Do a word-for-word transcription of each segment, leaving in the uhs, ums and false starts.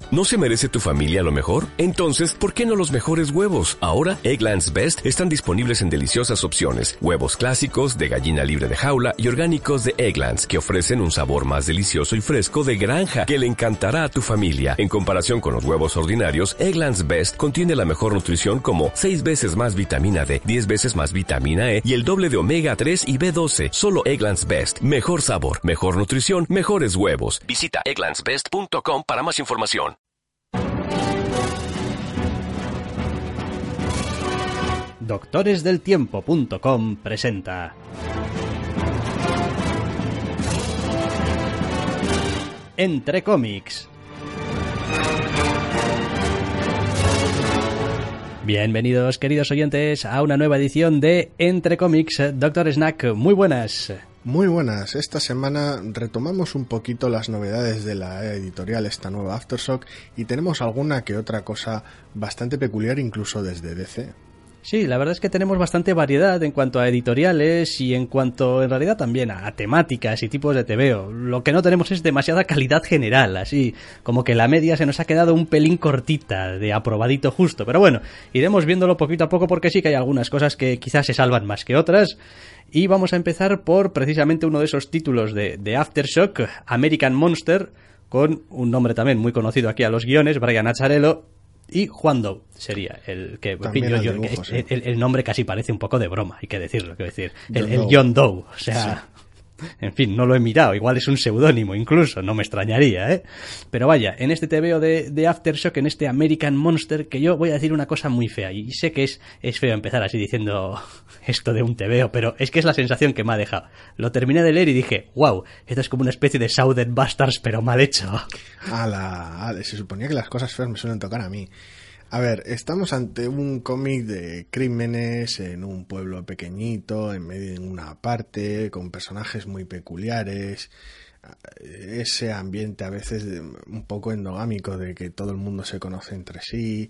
¿No se merece tu familia lo mejor? Entonces, ¿por qué no los mejores huevos? Ahora, Eggland's Best están disponibles en deliciosas opciones. Huevos clásicos, de gallina libre de jaula y orgánicos de Eggland's, que ofrecen un sabor más delicioso y fresco de granja que le encantará a tu familia. En comparación con los huevos ordinarios, Eggland's Best contiene la mejor nutrición como seis veces más vitamina D, diez veces más vitamina E y el doble de omega tres y B doce. Solo Eggland's Best. Mejor sabor, mejor nutrición, mejores huevos. Visita egglands best punto com para más información. doctores del tiempo punto com presenta Entre cómics. Bienvenidos, queridos oyentes, a una nueva edición de Entre cómics. Doctor Snack, muy buenas. Muy buenas. Esta semana retomamos un poquito las novedades de la editorial, esta nueva Aftershock, y tenemos alguna que otra cosa bastante peculiar incluso desde D C. Sí, la verdad es que tenemos bastante variedad en cuanto a editoriales y en cuanto, en realidad, también a temáticas y tipos de tebeo. Lo que no tenemos es demasiada calidad general, así como que la media se nos ha quedado un pelín cortita, de aprobadito justo. Pero bueno, iremos viéndolo poquito a poco porque sí que hay algunas cosas que quizás se salvan más que otras. Y vamos a empezar por precisamente uno de esos títulos de, de Aftershock, American Monster, con un nombre también muy conocido aquí a los guiones, Brian Azzarello. Y Juan Doe sería el que... También yo, el, yo, dibujo, el, sí. el, el nombre casi parece un poco de broma, hay que decirlo, quiero decir. El John el Doe. John Doe, o sea... Sí. En fin, no lo he mirado, igual es un seudónimo incluso, no me extrañaría, ¿eh? Pero vaya, en este tebeo de, de Aftershock, en este American Monster, que yo voy a decir una cosa muy fea, y sé que es, es feo empezar así diciendo esto de un tebeo, pero es que es la sensación que me ha dejado. Lo terminé de leer y dije, wow, esto es como una especie de Southern Bastards, pero mal hecho. Ala, ala, se suponía que las cosas feas me suelen tocar a mí. A ver, estamos ante un cómic de crímenes en un pueblo pequeñito, en medio de una parte, con personajes muy peculiares, ese ambiente a veces de, un poco endogámico de que todo el mundo se conoce entre sí,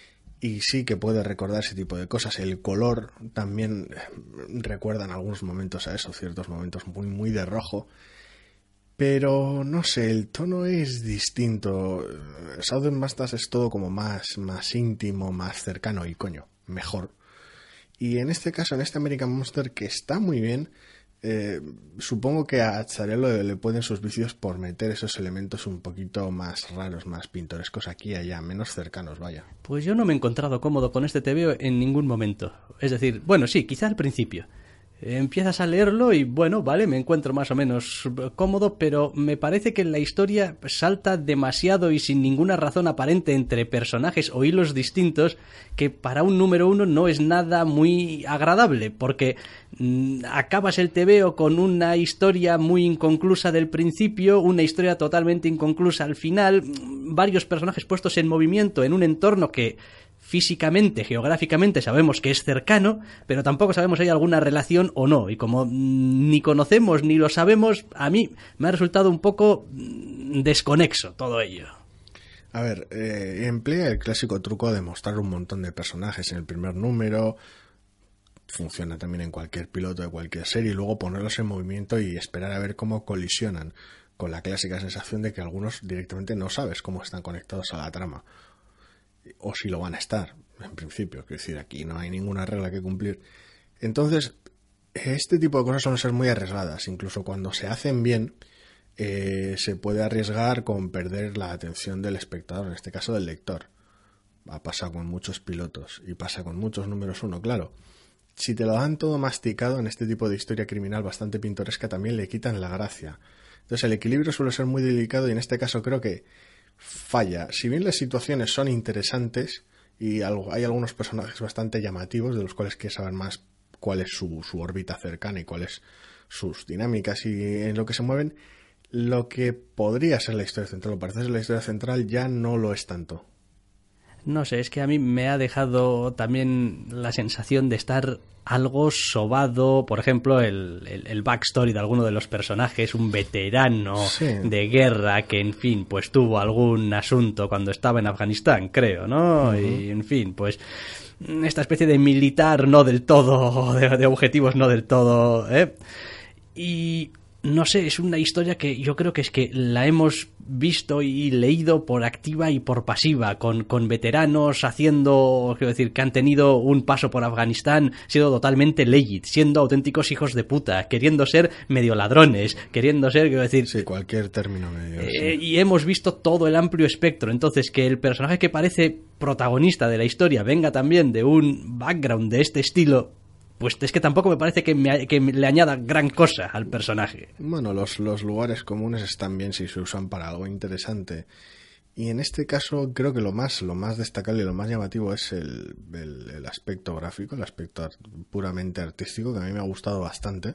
y sí que puede recordar ese tipo de cosas. El color también recuerda en algunos momentos a eso, ciertos momentos muy, muy de rojo. Pero, no sé, el tono es distinto. Southern Bastards es todo como más, más íntimo, más cercano y, coño, mejor. Y en este caso, en este American Monster, que está muy bien, eh, supongo que a Azzarello le, le pueden sus vicios por meter esos elementos un poquito más raros, más pintorescos aquí y allá, menos cercanos, vaya. Pues yo no me he encontrado cómodo con este tebeo en ningún momento. Es decir, bueno, sí, quizá al principio. Empiezas a leerlo y bueno, vale, me encuentro más o menos cómodo, pero me parece que la historia salta demasiado y sin ninguna razón aparente entre personajes o hilos distintos, que para un número uno no es nada muy agradable, porque mmm, acabas el tebeo con una historia muy inconclusa del principio, una historia totalmente inconclusa al final, varios personajes puestos en movimiento en un entorno que físicamente, geográficamente sabemos que es cercano, pero tampoco sabemos si hay alguna relación o no, y como mmm, ni conocemos ni lo sabemos, a mí me ha resultado un poco mmm, desconexo todo ello. A ver, eh, emplea el clásico truco de mostrar un montón de personajes en el primer número, funciona también en cualquier piloto de cualquier serie, y luego ponerlos en movimiento y esperar a ver cómo colisionan, con la clásica sensación de que algunos directamente no sabes cómo están conectados a la trama. O si lo van a estar, en principio. Quiero decir, aquí no hay ninguna regla que cumplir. Entonces, este tipo de cosas suelen ser muy arriesgadas. Incluso cuando se hacen bien, eh, se puede arriesgar con perder la atención del espectador, en este caso del lector. Pasa con muchos pilotos y pasa con muchos números uno, claro. Si te lo dan todo masticado en este tipo de historia criminal bastante pintoresca, también le quitan la gracia. Entonces el equilibrio suele ser muy delicado y en este caso creo que falla. Si bien las situaciones son interesantes y hay algunos personajes bastante llamativos de los cuales quieres saber más cuál es su, su órbita cercana y cuáles sus dinámicas y en lo que se mueven, lo que podría ser la historia central o parece ser la historia central ya no lo es tanto. No sé, es que a mí me ha dejado también la sensación de estar algo sobado, por ejemplo, el, el, el backstory de alguno de los personajes, un veterano sí. de guerra que, en fin, pues tuvo algún asunto cuando estaba en Afganistán, creo, ¿no? Uh-huh. Y, en fin, pues esta especie de militar no del todo, de, de objetivos no del todo, ¿eh? Y no sé, es una historia que yo creo que es que la hemos visto y leído por activa y por pasiva, con, con veteranos haciendo, quiero decir, que han tenido un paso por Afganistán, siendo totalmente legit, siendo auténticos hijos de puta, queriendo ser medio ladrones, queriendo ser, quiero decir... Sí, cualquier término medio. Eh, sí. Y hemos visto todo el amplio espectro, entonces que el personaje que parece protagonista de la historia venga también de un background de este estilo... Pues es que tampoco me parece que, me, que le añada gran cosa al personaje. Bueno, los, los lugares comunes están bien si se usan para algo interesante. Y en este caso creo que lo más, lo más destacable y lo más llamativo es el, el, el aspecto gráfico, el aspecto art, puramente artístico, que a mí me ha gustado bastante.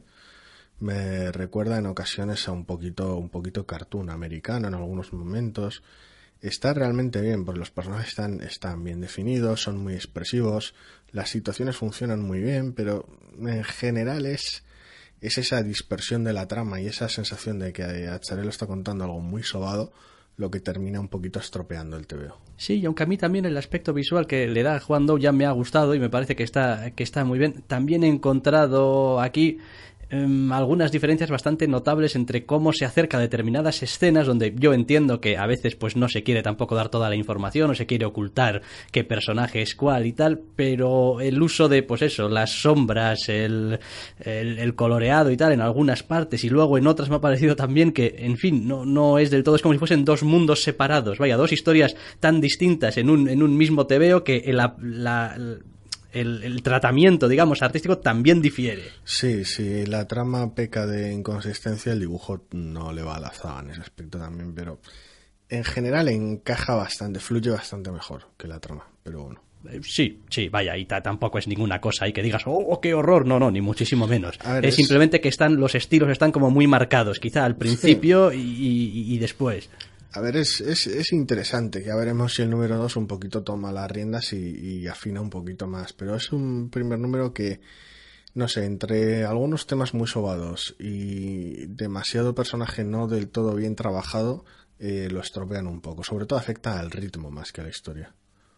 Me recuerda en ocasiones a un poquito, un poquito cartoon americano en algunos momentos. Está realmente bien, porque los personajes están, están bien definidos, son muy expresivos, las situaciones funcionan muy bien, pero en general es, es esa dispersión de la trama y esa sensación de que Azzarello está contando algo muy sobado lo que termina un poquito estropeando el tebeo. Sí, y aunque a mí también el aspecto visual que le da a Juan Dow ya me ha gustado y me parece que está, que está muy bien, también he encontrado aquí algunas diferencias bastante notables entre cómo se acerca a determinadas escenas donde yo entiendo que a veces pues no se quiere tampoco dar toda la información o se quiere ocultar qué personaje es cuál y tal, pero el uso de pues eso, las sombras, el, el, el coloreado y tal en algunas partes y luego en otras me ha parecido también que, en fin, no, no es del todo, es como si fuesen dos mundos separados, vaya, dos historias tan distintas en un, en un mismo tebeo que la... la El, el tratamiento, digamos, artístico también difiere. Sí, sí, la trama peca de inconsistencia, el dibujo no le va a la zaga en ese aspecto también, pero en general encaja bastante, fluye bastante mejor que la trama, pero bueno. Sí, sí, vaya, y ta, tampoco es ninguna cosa ahí que digas, oh, qué horror, no, no, ni muchísimo menos. Ver, es, es simplemente que están los estilos están como muy marcados, quizá al principio sí. y, y, y después. A ver, es, es, es interesante, ya veremos si el número dos un poquito toma las riendas y, y afina un poquito más, pero es un primer número que, no sé, entre algunos temas muy sobados y demasiado personaje no del todo bien trabajado, eh, lo estropean un poco, sobre todo afecta al ritmo más que a la historia.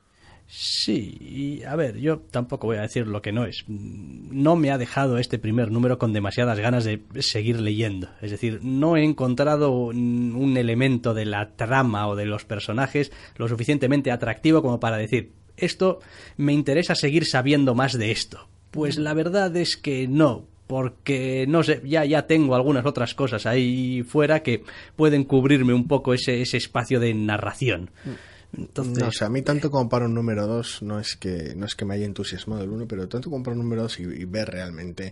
Sí, y a ver, yo tampoco voy a decir lo que no es. No me ha dejado este primer número con demasiadas ganas de seguir leyendo. Es decir, no he encontrado un, un elemento de la trama o de los personajes lo suficientemente atractivo como para decir, esto me interesa seguir sabiendo más de esto. Pues la verdad es que no, porque no sé, ya, ya tengo algunas otras cosas ahí fuera que pueden cubrirme un poco ese, ese espacio de narración. Entonces, no, o sea, a mí tanto como para un número dos no es que no es que me haya entusiasmado el uno, pero tanto como para un número dos y, y ver realmente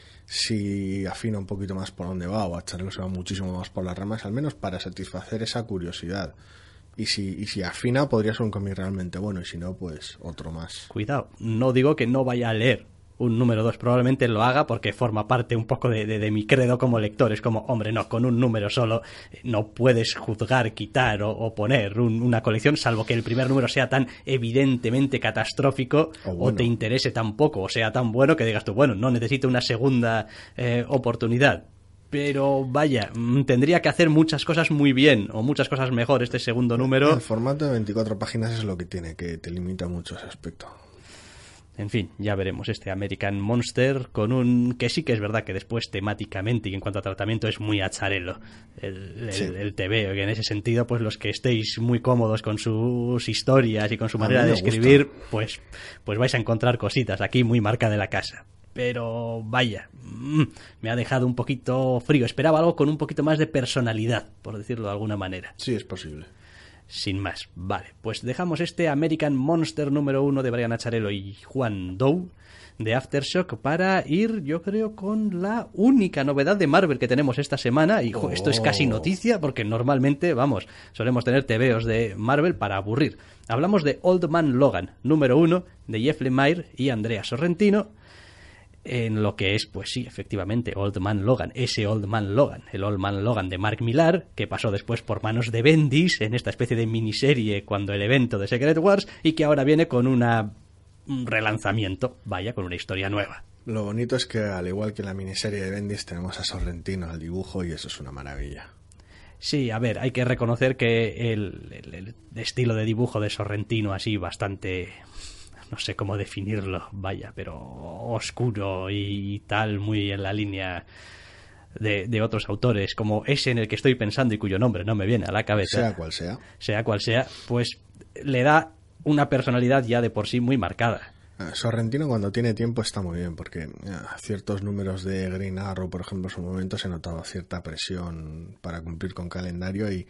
si afina un poquito más por dónde va o Azzarello se va muchísimo más por las ramas, al menos para satisfacer esa curiosidad. Y si, y si afina podría ser un cómic realmente bueno, y si no, pues otro más. Cuidado, no digo que no vaya a leer un número dos, probablemente lo haga porque forma parte un poco de, de, de mi credo como lector. Es como, hombre, no, con un número solo no puedes juzgar, quitar o, o poner un, una colección, salvo que el primer número sea tan evidentemente catastrófico o, bueno. o te interese tan poco o sea tan bueno que digas tú, bueno, no necesito una segunda eh, oportunidad. Pero vaya, tendría que hacer muchas cosas muy bien o muchas cosas mejor este segundo número. El formato de veinticuatro páginas es lo que tiene, que te limita mucho ese aspecto. En fin, ya veremos este American Monster con un... que sí que es verdad que después temáticamente y en cuanto a tratamiento es muy Azzarello el, el, sí. el tebeo, que en ese sentido pues los que estéis muy cómodos con sus historias y con su manera de escribir pues, pues vais a encontrar cositas aquí muy marca de la casa. Pero vaya, me ha dejado un poquito frío. Esperaba algo con un poquito más de personalidad, por decirlo de alguna manera. Sí, es posible. Sin más, vale, pues dejamos este American Monster número uno de Brian Azzarello y Juan Dow de Aftershock para ir, yo creo, con la única novedad de Marvel que tenemos esta semana. Y jo, esto es casi noticia porque normalmente, vamos, solemos tener tebeos de Marvel para aburrir. Hablamos de Old Man Logan, número uno, de Jeff Lemire y Andrea Sorrentino, en lo que es, pues sí, efectivamente, Old Man Logan, ese Old Man Logan, el Old Man Logan de Mark Millar, que pasó después por manos de Bendis en esta especie de miniserie cuando el evento de Secret Wars, y que ahora viene con una, un relanzamiento, vaya, con una historia nueva. Lo bonito es que, al igual que en la miniserie de Bendis, tenemos a Sorrentino al dibujo y eso es una maravilla. Sí, a ver, hay que reconocer que el, el, el estilo de dibujo de Sorrentino así bastante... no sé cómo definirlo, vaya, pero oscuro y tal, muy en la línea de, de otros autores, como ese en el que estoy pensando y cuyo nombre no me viene a la cabeza, sea cual sea, sea cual sea, pues le da una personalidad ya de por sí muy marcada. Sorrentino cuando tiene tiempo está muy bien, porque a ciertos números de Green Arrow, por ejemplo, en su momento se notaba cierta presión para cumplir con calendario y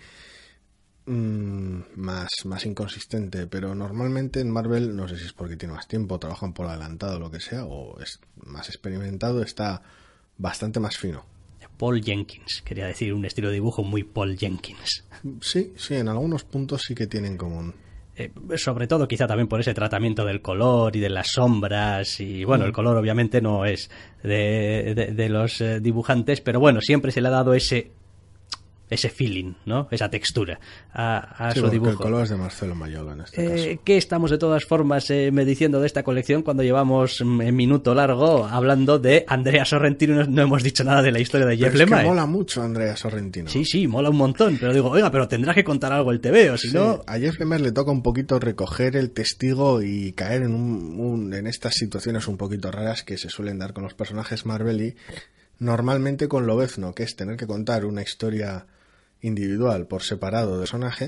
mmm, más, más inconsistente, pero normalmente en Marvel, no sé si es porque tiene más tiempo, trabajan por adelantado o lo que sea, o es más experimentado, está bastante más fino. Paul Jenkins, quería decir, un estilo de dibujo muy Paul Jenkins. Sí, sí, en algunos puntos sí que tienen en común. Eh, sobre todo quizá también por ese tratamiento del color y de las sombras y bueno, mm. el color obviamente no es de, de, de los eh, dibujantes, pero bueno, siempre se le ha dado ese ese feeling, ¿no? Esa textura a, a sí, su dibujo. El color es de Marcelo Mayola en este eh, caso. ¿Qué estamos de todas formas eh, me diciendo de esta colección cuando llevamos en minuto largo hablando de Andrea Sorrentino? No, no hemos dicho nada de la historia de Jeff Pero es Lemire. Que mola mucho Andrea Sorrentino. Sí, sí, mola un montón, pero digo, oiga, pero tendrás que contar algo el tebeo, si sí, no... A Jeff Lemire le toca un poquito recoger el testigo y caer en, un, un, en estas situaciones un poquito raras que se suelen dar con los personajes Marvel y normalmente con Lobezno, que es tener que contar una historia individual por separado del personaje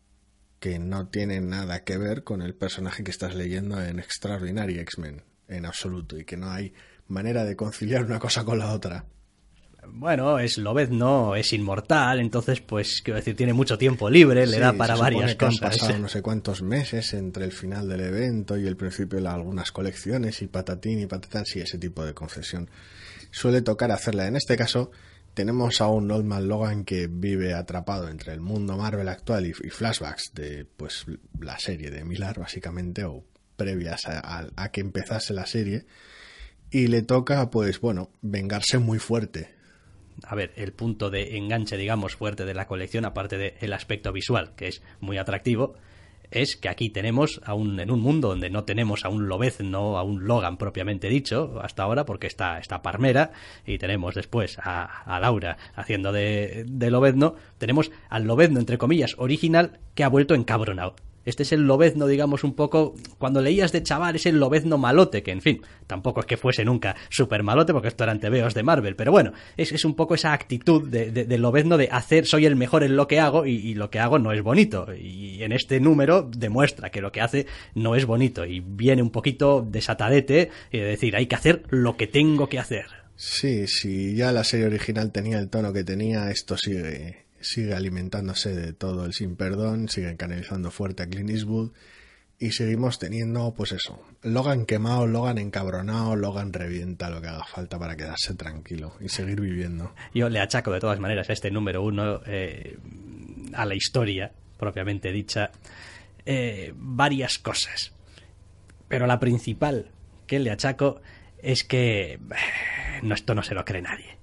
que no tiene nada que ver con el personaje que estás leyendo en Extraordinary X-Men en absoluto y que no hay manera de conciliar una cosa con la otra. Bueno, es Lobezno, es inmortal, entonces pues quiero decir, tiene mucho tiempo libre, le sí, da para se varias que cosas. Han pasado no sé cuántos meses entre el final del evento y el principio de algunas colecciones y patatín y patatán, sí, ese tipo de concesión suele tocar hacerla. En este caso tenemos a un Old Man Logan que vive atrapado entre el mundo Marvel actual y, y flashbacks de pues la serie de Millar, básicamente, o previas a, a, a que empezase la serie, y le toca, pues bueno, vengarse muy fuerte. A ver, el punto de enganche, digamos, fuerte de la colección, aparte del aspecto visual, que es muy atractivo, es que aquí tenemos, a un, en un mundo donde no tenemos a un Lobezno, a un Logan propiamente dicho, hasta ahora, porque está, está Parmera, y tenemos después a, a Laura haciendo de, de Lobezno, tenemos al Lobezno, entre comillas, original, que ha vuelto encabronado. Este es el Lobezno, digamos, un poco, cuando leías de chaval, es el Lobezno malote, que en fin, tampoco es que fuese nunca súper malote, porque esto eran tebeos de Marvel, pero bueno, es, es un poco esa actitud de, de, de Lobezno de hacer, soy el mejor en lo que hago, y, y lo que hago no es bonito, y en este número demuestra que lo que hace no es bonito, y viene un poquito desatadete, y de decir, hay que hacer lo que tengo que hacer. Sí, sí, ya la serie original tenía el tono que tenía, esto sigue... sigue alimentándose de todo el sin perdón, sigue canalizando fuerte a Clint Eastwood y seguimos teniendo, pues eso, Logan quemado, Logan encabronado, Logan revienta lo que haga falta para quedarse tranquilo y seguir viviendo. Yo le achaco de todas maneras a este número uno, eh, a la historia propiamente dicha, eh, varias cosas, pero la principal que le achaco es que eh, no, esto no se lo cree nadie.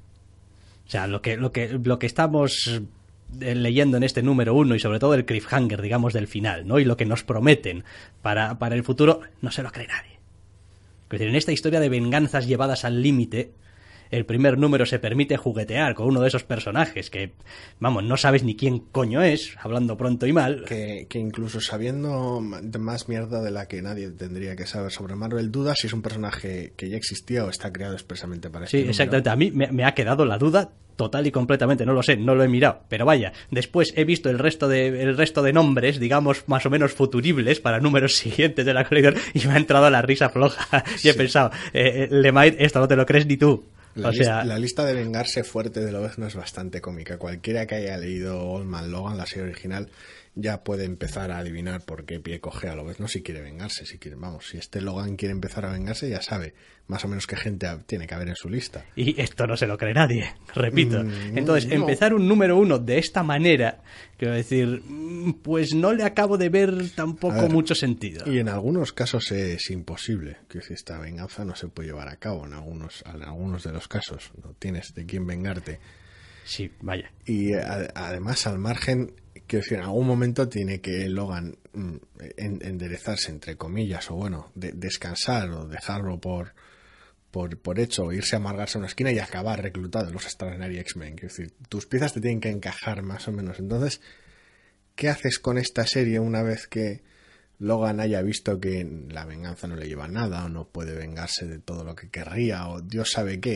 O sea, lo que, lo que, lo que estamos leyendo en este número uno y sobre todo el cliffhanger, digamos, del final, ¿no? Y lo que nos prometen para, para el futuro, no se lo cree nadie. Es decir, en esta historia de venganzas llevadas al límite, el primer número se permite juguetear con uno de esos personajes que, vamos, no sabes ni quién coño es, hablando pronto y mal. Que, que incluso sabiendo más mierda de la que nadie tendría que saber sobre Marvel, duda si es un personaje que ya existía o está creado expresamente para este Sí, número. exactamente. A mí me, me ha quedado la duda total y completamente, no lo sé, no lo he mirado, pero vaya, después he visto el resto de el resto de nombres, digamos, más o menos futuribles para números siguientes de la colección y me ha entrado la risa floja y he sí. pensado, eh, Lemire, esto no te lo crees ni tú. La, o sea, lista, la lista de vengarse fuerte de Lobezno es bastante cómica. Cualquiera que haya leído Old Man Logan, la serie original, ya puede empezar a adivinar por qué pie coge a Lobezno si quiere vengarse. Si quiere, vamos, si este Logan quiere empezar a vengarse, ya sabe más o menos qué gente tiene que haber en su lista. Y esto no se lo cree nadie, repito. Mm, Entonces, no. empezar un número uno de esta manera, quiero decir, pues no le acabo de ver tampoco ver, mucho sentido. Y en algunos casos es imposible, que esta venganza no se puede llevar a cabo en algunos, en algunos de los casos. No tienes de quién vengarte. Sí, vaya. Y a, además, al margen, quiero decir, en algún momento tiene que Logan mm, en, enderezarse, entre comillas, o bueno, de, descansar o dejarlo por, por, por hecho, o irse a amargarse a una esquina y acabar reclutado en los Extraordinary X-Men. Quiero decir, tus piezas te tienen que encajar más o menos. Entonces, ¿qué haces con esta serie una vez que Logan haya visto que la venganza no le lleva a nada o no puede vengarse de todo lo que querría o Dios sabe qué?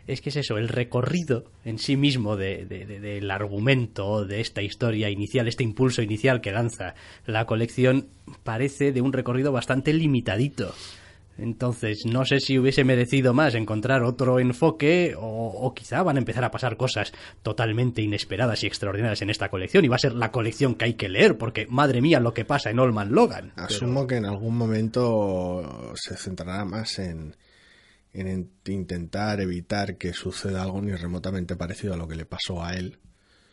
es que es eso, el recorrido en sí mismo de, de, de, del argumento de esta historia inicial, este impulso inicial que lanza la colección, parece de un recorrido bastante limitadito. Entonces, no sé si hubiese merecido más encontrar otro enfoque o, o quizá van a empezar a pasar cosas totalmente inesperadas y extraordinarias en esta colección y va a ser la colección que hay que leer porque, madre mía, lo que pasa en Old Man Logan. Asumo pero... que en algún momento se centrará más en, en intentar evitar que suceda algo ni remotamente parecido a lo que le pasó a él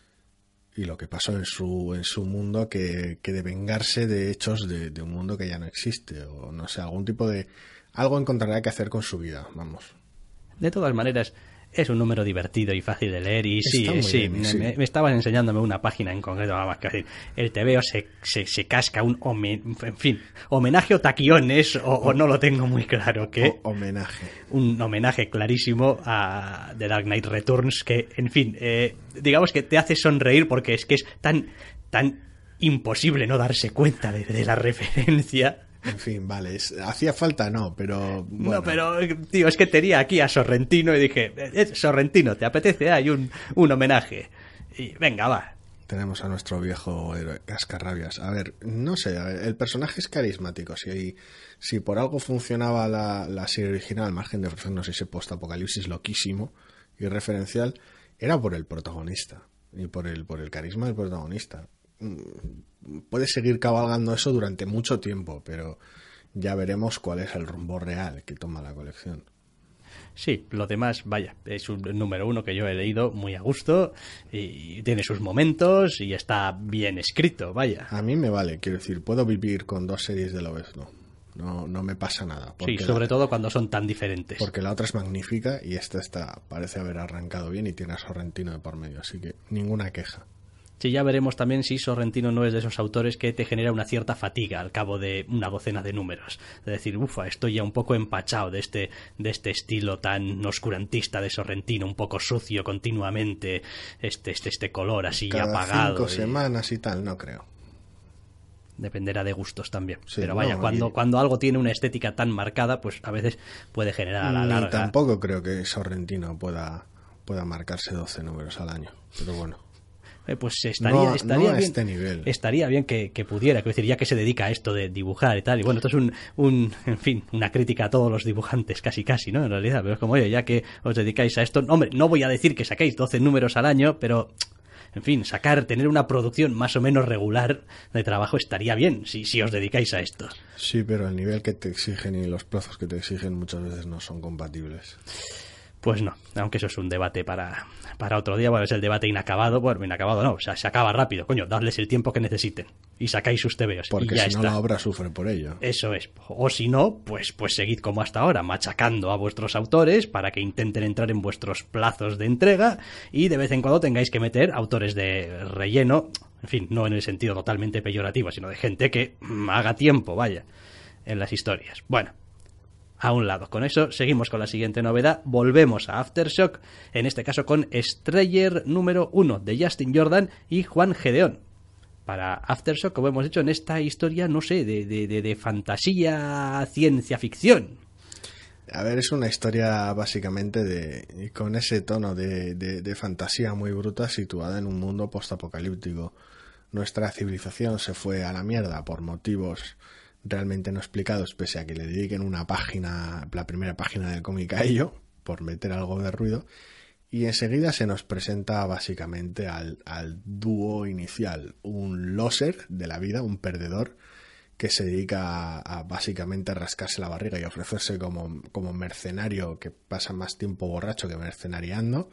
y lo que pasó en su en su mundo que, que de vengarse de hechos de, de un mundo que ya no existe o no sé, algún tipo de... algo encontrará que hacer con su vida, vamos. De todas maneras, es un número divertido y fácil de leer y sí, sí, bien, me, sí. Me, me estabas enseñándome una página en concreto, más que decir, el T V O se, se, se casca un, homen, en fin, homenaje o taquiones, o, o no lo tengo muy claro, que o, homenaje. Un homenaje clarísimo a The Dark Knight Returns, que, en fin, eh, digamos que te hace sonreír porque es que es tan, tan imposible no darse cuenta de, de la referencia. En fin, vale, es, hacía falta no, pero bueno. No, pero, tío, es que tenía aquí a Sorrentino y dije, eh, Sorrentino, ¿te apetece? Hay un, un homenaje. Y venga, va. Tenemos a nuestro viejo héroe, Cascarrabias. A ver, no sé, el personaje es carismático. Si, si por algo funcionaba la, la serie original, al margen de ofrecernos ese post-apocalipsis loquísimo y referencial, era por el protagonista y por el, por el carisma del protagonista. Puede seguir cabalgando eso durante mucho tiempo, pero ya veremos cuál es el rumbo real que toma la colección. Sí, lo demás, vaya, es un número uno que yo he leído muy a gusto y tiene sus momentos y está bien escrito, vaya. A mí me vale, quiero decir, puedo vivir con dos series de Lobezno. No, no me pasa nada. Sí, sobre la, todo cuando son tan diferentes. Porque la otra es magnífica y esta está, parece haber arrancado bien y tiene a Sorrentino de por medio, así que ninguna queja. Sí, ya veremos también si Sorrentino no es de esos autores que te genera una cierta fatiga al cabo de una docena de números. De decir, ufa, estoy ya un poco empachado de este, de este estilo tan oscurantista de Sorrentino, un poco sucio continuamente, este, este, este color así Cada apagado. Cinco y... semanas y tal, no creo. Dependerá de gustos también. Sí, pero vaya, no, cuando, y... cuando algo tiene una estética tan marcada, pues a veces puede generar a la Ni larga. Tampoco creo que Sorrentino pueda, pueda marcarse doce números al año, pero bueno. Eh, pues estaría, no, estaría no a bien, este nivel. Estaría bien que, que pudiera, quiero decir, ya que se dedica a esto de dibujar y tal, y bueno, esto es un, un, en fin, una crítica a todos los dibujantes, casi casi, ¿no? En realidad, pero es como, oye, ya que os dedicáis a esto, hombre, no voy a decir que saquéis doce números al año, pero, en fin, sacar, tener una producción más o menos regular de trabajo estaría bien, si, si os dedicáis a esto. Sí, pero el nivel que te exigen y los plazos que te exigen muchas veces no son compatibles. Pues no, aunque eso es un debate para, para otro día. Bueno, es el debate inacabado. Bueno, inacabado no, o sea, se acaba rápido. Coño, dadles el tiempo que necesiten y sacáis sus tebeos. Porque y ya si está. no, la obra sufre por ello. Eso es. O si no, pues, pues seguid como hasta ahora, machacando a vuestros autores para que intenten entrar en vuestros plazos de entrega y de vez en cuando tengáis que meter autores de relleno. En fin, no en el sentido totalmente peyorativo, sino de gente que mmm, haga tiempo, vaya, en las historias. Bueno. A un lado. Con eso seguimos con la siguiente novedad. Volvemos a Aftershock, en este caso con Strayer número uno de Justin Jordan y Juan Gedeón. Para Aftershock, como hemos dicho, en esta historia, no sé, de, de, de, de fantasía, ciencia ficción. A ver, es una historia básicamente de con ese tono de, de, de fantasía muy bruta situada en un mundo postapocalíptico. Nuestra civilización se fue a la mierda por motivos realmente no explicados, pese a que le dediquen una página, la primera página del cómic a ello, por meter algo de ruido, y enseguida se nos presenta básicamente al, al dúo inicial, un loser de la vida, un perdedor, que se dedica a, a básicamente rascarse la barriga y ofrecerse como, como mercenario que pasa más tiempo borracho que mercenariando,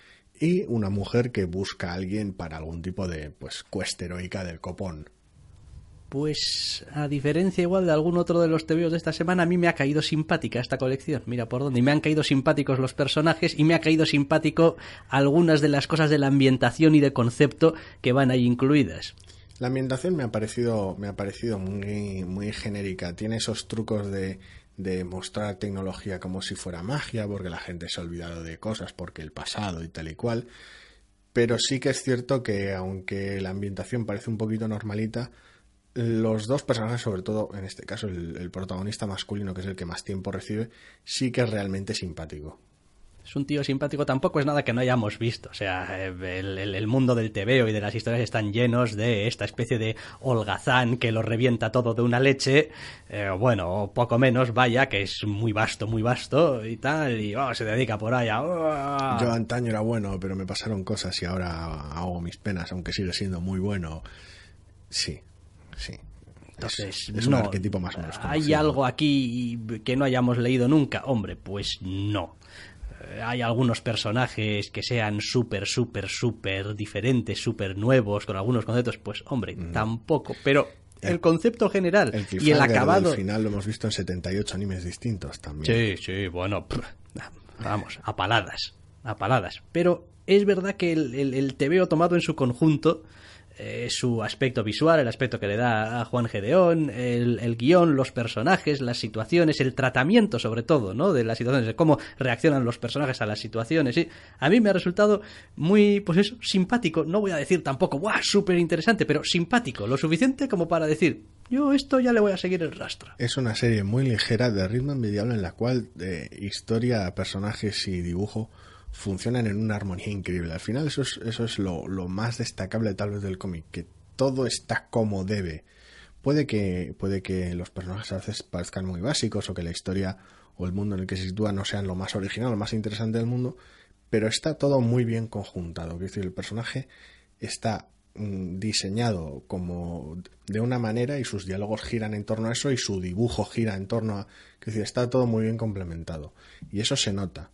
y una mujer que busca a alguien para algún tipo de pues quest heroica del copón. Pues a diferencia igual de algún otro de los tebeos de esta semana, a mí me ha caído simpática esta colección. Mira por dónde. Y me han caído simpáticos los personajes y me ha caído simpático algunas de las cosas de la ambientación y de concepto que van ahí incluidas. La ambientación me ha parecido, me ha parecido muy, muy genérica. Tiene esos trucos de, de mostrar tecnología como si fuera magia, porque la gente se ha olvidado de cosas, porque el pasado y tal y cual. Pero sí que es cierto que, aunque la ambientación parece un poquito normalita, los dos personajes, sobre todo en este caso el, el protagonista masculino, que es el que más tiempo recibe, sí que es realmente simpático. Es un tío simpático, tampoco es nada que no hayamos visto. O sea, el, el, el mundo del tebeo y de las historias están llenos de esta especie de holgazán que lo revienta todo de una leche. Eh, bueno, poco menos, vaya, que es muy vasto, muy vasto y tal. Y oh, se dedica por ahí a... Oh. Yo antaño era bueno, pero me pasaron cosas y ahora hago mis penas, aunque sigue siendo muy bueno. Sí, sí. Entonces, es, es no, un arquetipo más o menos conocido. ¿Hay algo aquí que no hayamos leído nunca? Hombre, pues no. Hay algunos personajes que sean súper, súper, súper diferentes, súper nuevos, con algunos conceptos, pues hombre, mm. tampoco, pero el, el concepto general el y el acabado... Al final lo hemos visto en setenta y ocho animes distintos también. Sí, sí, bueno, pff, vamos, a paladas, a paladas. Pero es verdad que el, el, el tebeo tomado en su conjunto... Eh, su aspecto visual, el aspecto que le da a Juan Gedeón, el, el guión, los personajes, las situaciones, el tratamiento sobre todo, ¿no? De las situaciones, de cómo reaccionan los personajes a las situaciones, ¿sí? A mí me ha resultado muy, pues eso, simpático, no voy a decir tampoco, ¡guau!, súper interesante, pero simpático, lo suficiente como para decir, yo esto ya le voy a seguir el rastro. Es una serie muy ligera, de ritmo envidiable, en la cual eh, historia, personajes y dibujo funcionan en una armonía increíble. Al final eso es, eso es lo, lo más destacable tal vez del cómic, que todo está como debe. Puede que, puede que los personajes a veces parezcan muy básicos o que la historia o el mundo en el que se sitúa no sean lo más original, lo más interesante del mundo, pero está todo muy bien conjuntado. Es decir, el personaje está mm, diseñado como de una manera y sus diálogos giran en torno a eso y su dibujo gira en torno a... Es decir, está todo muy bien complementado y eso se nota.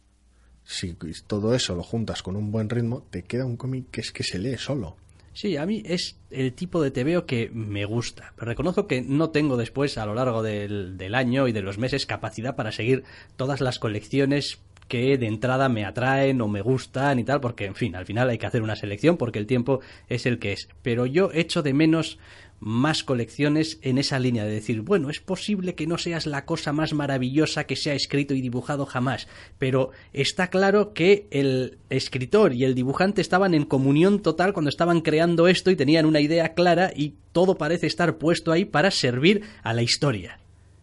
Si todo eso lo juntas con un buen ritmo, te queda un cómic que es que se lee solo. Sí, a mí es el tipo de tebeo que me gusta. Pero reconozco que no tengo después, a lo largo del, del año y de los meses, capacidad para seguir todas las colecciones que de entrada me atraen o me gustan y tal, porque, en fin, al final hay que hacer una selección porque el tiempo es el que es. Pero yo echo de menos más colecciones en esa línea de decir, bueno, es posible que no seas la cosa más maravillosa que se ha escrito y dibujado jamás, pero está claro que el escritor y el dibujante estaban en comunión total cuando estaban creando esto y tenían una idea clara y todo parece estar puesto ahí para servir a la historia.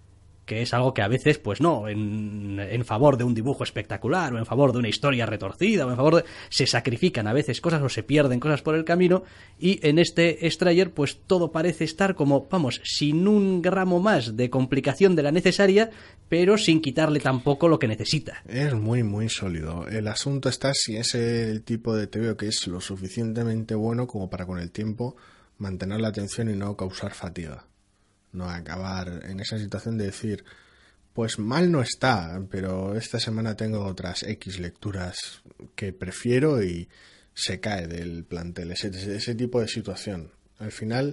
Que es algo que a veces, pues no, en, en favor de un dibujo espectacular, o en favor de una historia retorcida, o en favor de... se sacrifican a veces cosas o se pierden cosas por el camino, y en este Strayer, pues todo parece estar como, vamos, sin un gramo más de complicación de la necesaria, pero sin quitarle tampoco lo que necesita. Es muy, muy sólido. El asunto está si es el tipo de tebeo que es lo suficientemente bueno como para con el tiempo mantener la atención y no causar fatiga. No acabar en esa situación de decir, pues mal no está, pero esta semana tengo otras X lecturas que prefiero y se cae del plantel. Ese, ese tipo de situación. Al final,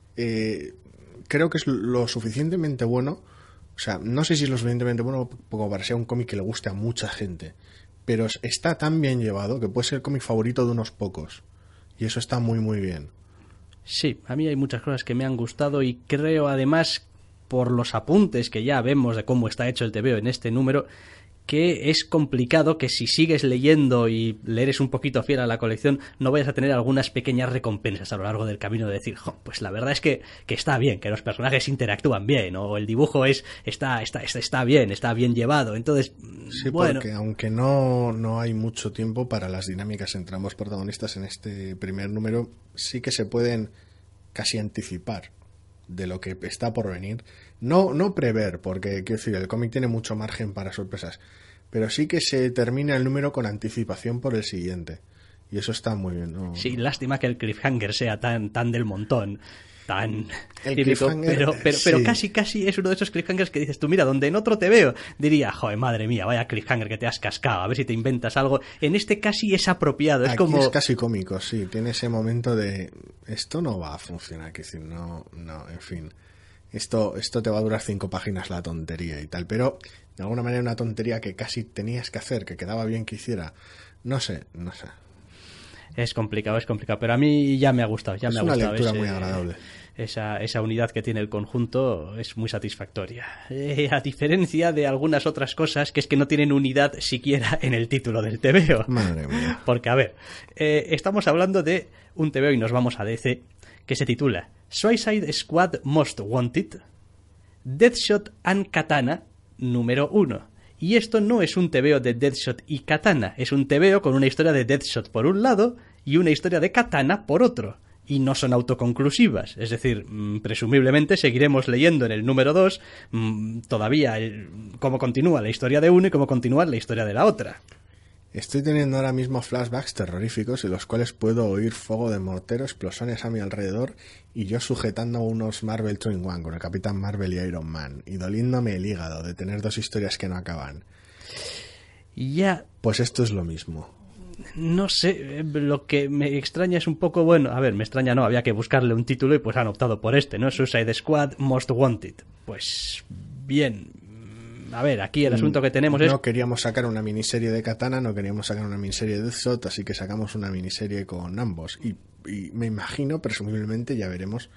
eh, creo que es lo suficientemente bueno. O sea, no sé si es lo suficientemente bueno como para ser un cómic que le guste a mucha gente, pero está tan bien llevado que puede ser el cómic favorito de unos pocos. Y eso está muy, muy bien. Sí, a mí hay muchas cosas que me han gustado y creo además, por los apuntes que ya vemos de cómo está hecho el tebeo en este número, que es complicado que si sigues leyendo y le eres un poquito fiel a la colección, no vayas a tener algunas pequeñas recompensas a lo largo del camino de decir, jo, pues la verdad es que, que está bien, que los personajes interactúan bien, o el dibujo es está está está, está bien, está bien llevado. Entonces, sí, bueno, porque aunque no, no hay mucho tiempo para las dinámicas entre ambos protagonistas en este primer número, sí que se pueden casi anticipar de lo que está por venir. No, no prever, porque quiero decir, el cómic tiene mucho margen para sorpresas, pero sí que se termina el número con anticipación por el siguiente. Y eso está muy bien, ¿no? Sí, lástima que el cliffhanger sea tan, tan del montón, tan el típico, pero, pero, sí. pero casi, casi es uno de esos cliffhangers que dices tú, mira, donde en otro te veo, diría, joder, madre mía, vaya cliffhanger que te has cascado, a ver si te inventas algo. En este casi es apropiado, es Aquí como... es casi cómico, sí, tiene ese momento de, esto no va a funcionar, que decir, no, no, en fin... Esto, esto te va a durar cinco páginas la tontería y tal, pero de alguna manera una tontería que casi tenías que hacer, que quedaba bien que hiciera. No sé, no sé. Es complicado, es complicado, pero a mí ya me ha gustado, ya es me ha una gustado. lectura ese, muy agradable. Esa, esa unidad que tiene el conjunto es muy satisfactoria. Eh, a diferencia de algunas otras cosas que es que no tienen unidad siquiera en el título del tebeo. Madre mía. Porque, a ver, eh, estamos hablando de un tebeo y nos vamos a D C que se titula Suicide Squad Most Wanted, Deathshot and Katana número uno. Y esto no es un tebeo de Deathshot y Katana, es un tebeo con una historia de Deathshot por un lado y una historia de Katana por otro. Y no son autoconclusivas, es decir, mmm, presumiblemente seguiremos leyendo en el número dos mmm, todavía el, cómo continúa la historia de uno y cómo continúa la historia de la otra. Estoy teniendo ahora mismo flashbacks terroríficos en los cuales puedo oír fuego de mortero, explosiones a mi alrededor y yo sujetando unos Marvel two in one con el Capitán Marvel y Iron Man y doliéndome el hígado de tener dos historias que no acaban. Ya. Pues esto es lo mismo. No sé, lo que me extraña es un poco, bueno, a ver, me extraña no, había que buscarle un título y pues han optado por este, ¿no? Suicide Squad Most Wanted. Pues bien, a ver, aquí el asunto que tenemos no es... No queríamos sacar una miniserie de Katana, no queríamos sacar una miniserie de Deathshot, así que sacamos una miniserie con ambos. Y, y me imagino, presumiblemente, ya veremos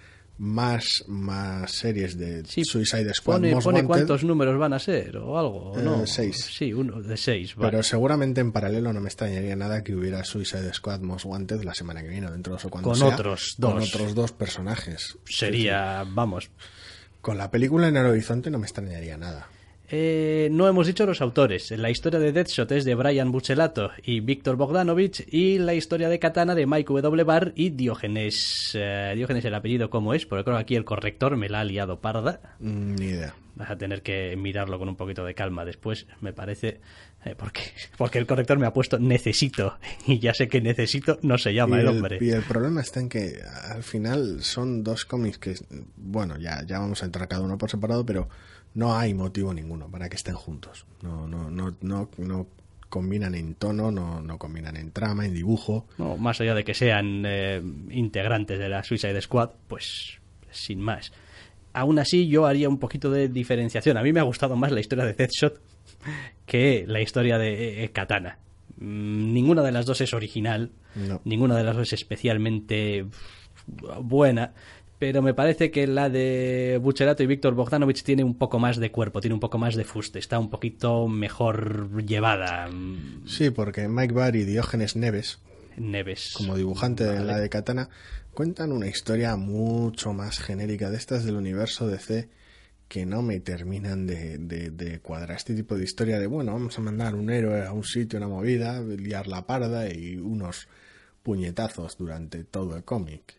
más, más series de sí, Suicide Squad pone, Most pone Wanted. ¿Cuántos números van a ser o algo? ¿O no? Eh, seis. Sí, uno de seis. Vale. Pero seguramente en paralelo no me extrañaría nada que hubiera Suicide Squad Most Wanted la semana que viene, dentro de eso cuando con sea, otros dos. Con otros dos personajes. Sería, sí, sí. Vamos. Con la película en el horizonte no me extrañaría nada. Eh, no hemos dicho los autores. La historia de Deathshot es de Brian Buccellato y Víctor Bogdanovich, y la historia de Katana de Mike W. Barr y Diógenes. Eh, Diógenes, el apellido, ¿cómo es? Porque creo que aquí el corrector me la ha liado parda. Mm, ni idea. Vas a tener que mirarlo con un poquito de calma después, me parece. Eh, porque, porque el corrector me ha puesto necesito. Y ya sé que necesito no se llama el, el hombre. Y el problema está en que al final son dos cómics que, bueno, ya, ya vamos a entrar cada uno por separado, pero no hay motivo ninguno para que estén juntos. No, no, no, no, no combinan en tono, no, no combinan en trama, en dibujo. No, más allá de que sean eh, integrantes de la Suicide Squad, pues sin más. Aún así, yo haría un poquito de diferenciación. A mí me ha gustado más la historia de Deathshot que la historia de eh, Katana. Mm, ninguna de las dos es original, no. Ninguna de las dos es especialmente buena. Pero me parece que la de Buccellato y Víctor Bogdanovich tiene un poco más de cuerpo, tiene un poco más de fuste, está un poquito mejor llevada. Sí, porque Mike Barr y Diógenes Neves, Neves como dibujante vale. de la de Katana, cuentan una historia mucho más genérica de estas del universo D C que no me terminan de, de, de cuadrar. Este tipo de historia de, bueno, vamos a mandar un héroe a un sitio, una movida, liar la parda y unos puñetazos durante todo el cómic.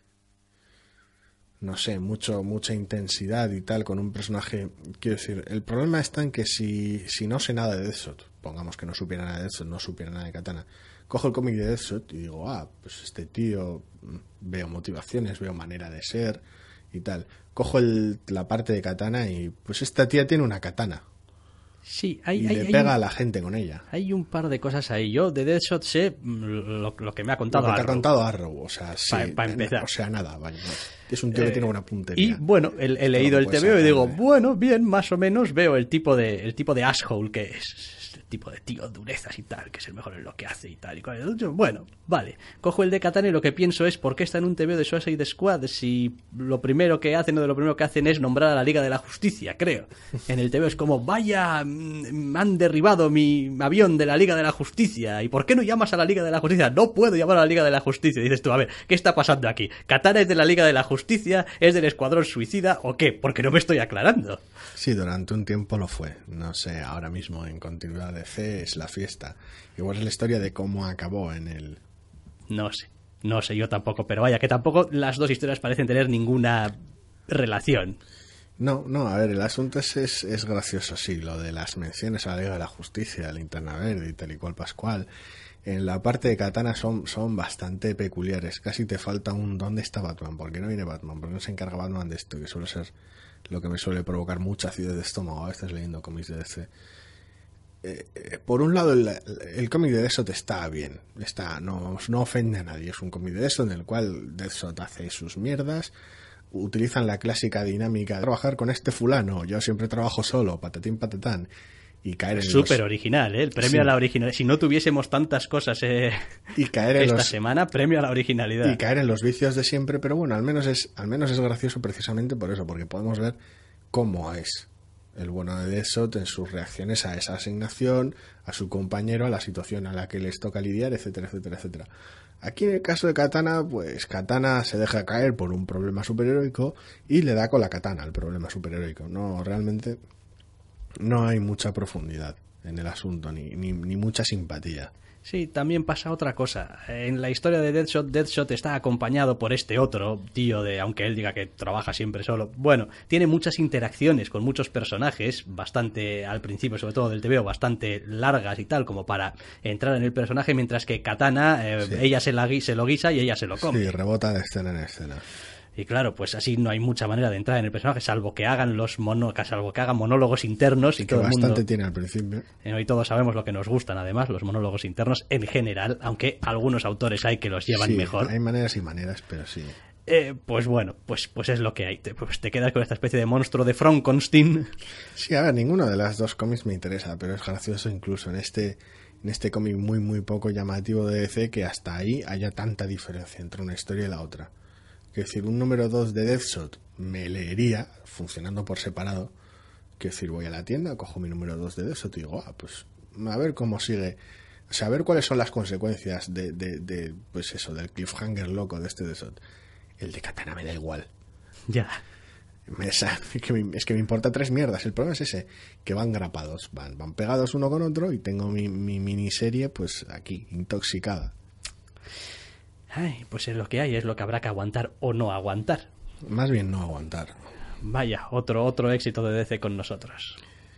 No sé, mucho mucha intensidad y tal con un personaje. Quiero decir, el problema está en que si, si no sé nada de Deathshot, pongamos que no supiera nada de Deathshot, no supiera nada de Katana, cojo el cómic de Deathshot y digo, ah, pues este tío, veo motivaciones, veo manera de ser y tal. Cojo el, la parte de Katana y pues esta tía tiene una katana. Sí, hay, y hay, le hay pega un, a la gente con ella. Hay un par de cosas ahí. Yo de Deathshot sé lo, lo que me ha contado Lo que Arrow. te ha contado Arrow, o sea, sí. Para pa empezar. O sea, nada, vaya. Es un tío que eh, tiene buena puntería. Y bueno, he, he leído el tebeo y digo, bueno, bien, más o menos veo el tipo de el tipo de asshole que es. El tipo de tío durezas y tal, que es el mejor en lo que hace y tal. Y bueno, vale. Cojo el de Katana y lo que pienso es, ¿por qué está en un tebeo de Suicide Squad si lo primero que hacen o de lo primero que hacen es nombrar a la Liga de la Justicia, creo? En el tebeo es como, vaya, me han derribado mi avión de la Liga de la Justicia. ¿Y por qué no llamas a la Liga de la Justicia? No puedo llamar a la Liga de la Justicia. Y dices tú, a ver, ¿qué está pasando aquí? ¿Katana es de la Liga de la Justicia? ¿Es del Escuadrón Suicida? ¿O qué? Porque no me estoy aclarando. Sí, durante un tiempo lo fue. No sé, ahora mismo en continuidad de C es la fiesta. Igual es la historia de cómo acabó en el... No sé, no sé yo tampoco, pero vaya, que tampoco las dos historias parecen tener ninguna relación. No, no, a ver, el asunto es, es, es gracioso, sí, lo de las menciones a la Liga de la Justicia, a Linterna Verde y tal y cual Pascual. En la parte de Katana son, son bastante peculiares. Casi te falta un ¿dónde está Batman? ¿Por qué no viene Batman? ¿Por qué no se encarga Batman de esto? Que suele ser lo que me suele provocar mucha acidez de estómago a veces leyendo cómics de D C. Eh, eh, por un lado, el, el cómic de Deathshot está bien, está, no, no ofende a nadie. Es un cómic de Deathshot en el cual Deathshot hace sus mierdas. Utilizan la clásica dinámica de trabajar con este fulano, yo siempre trabajo solo, patatín patatán. Y caer en súper los... original, ¿eh? El premio sí. a la originalidad. Si no tuviésemos tantas cosas eh, y caer en esta los... semana, premio a la originalidad. Y caer en los vicios de siempre, pero bueno, al menos es al menos es gracioso precisamente por eso, porque podemos ver cómo es el bueno de Deathshot en sus reacciones a esa asignación, a su compañero, a la situación a la que les toca lidiar, etcétera, etcétera, etcétera. Aquí en el caso de Katana, pues Katana se deja caer por un problema superheroico y le da con la katana al problema superheroico. No, realmente... no hay mucha profundidad en el asunto, ni, ni, ni mucha simpatía. Sí, también pasa otra cosa. En la historia de Deadshot, Deadshot está acompañado por este otro tío de, aunque él diga que trabaja siempre solo. Bueno, tiene muchas interacciones con muchos personajes, bastante, al principio sobre todo del T V O, bastante largas y tal, como para entrar en el personaje, mientras que Katana, eh, sí. ella se, la, se lo guisa y ella se lo come. Sí, rebota de escena en escena. Y claro, pues así no hay mucha manera de entrar en el personaje, salvo que hagan los mono, salvo que hagan monólogos internos y que todo el mundo, bastante tiene al principio. Y todos sabemos lo que nos gustan, además, los monólogos internos en general, aunque algunos autores hay que los llevan sí, mejor. Hay maneras y maneras, pero sí. Eh, pues bueno, pues, pues es lo que hay. Te, pues te quedas con esta especie de monstruo de Frankenstein. Sí, a ver, ninguno de las dos cómics me interesa, pero es gracioso incluso en este, en este cómic muy, muy poco llamativo de D C que hasta ahí haya tanta diferencia entre una historia y la otra. Es decir, un número dos de Deadshot me leería, funcionando por separado, que decir, voy a la tienda, cojo mi número dos de Deadshot y digo, ah, pues a ver cómo sigue, o sea, a ver cuáles son las consecuencias de, de, de pues eso, del cliffhanger loco de este Deadshot. El de Katana me da igual. Ya. Me, es, que me, es que me importa tres mierdas. El problema es ese, que van grapados, van, van pegados uno con otro y tengo mi, mi miniserie pues aquí, intoxicada. Ay, pues es lo que hay, es lo que habrá que aguantar o no aguantar. Más bien no aguantar. Vaya, otro otro éxito de D C con nosotros.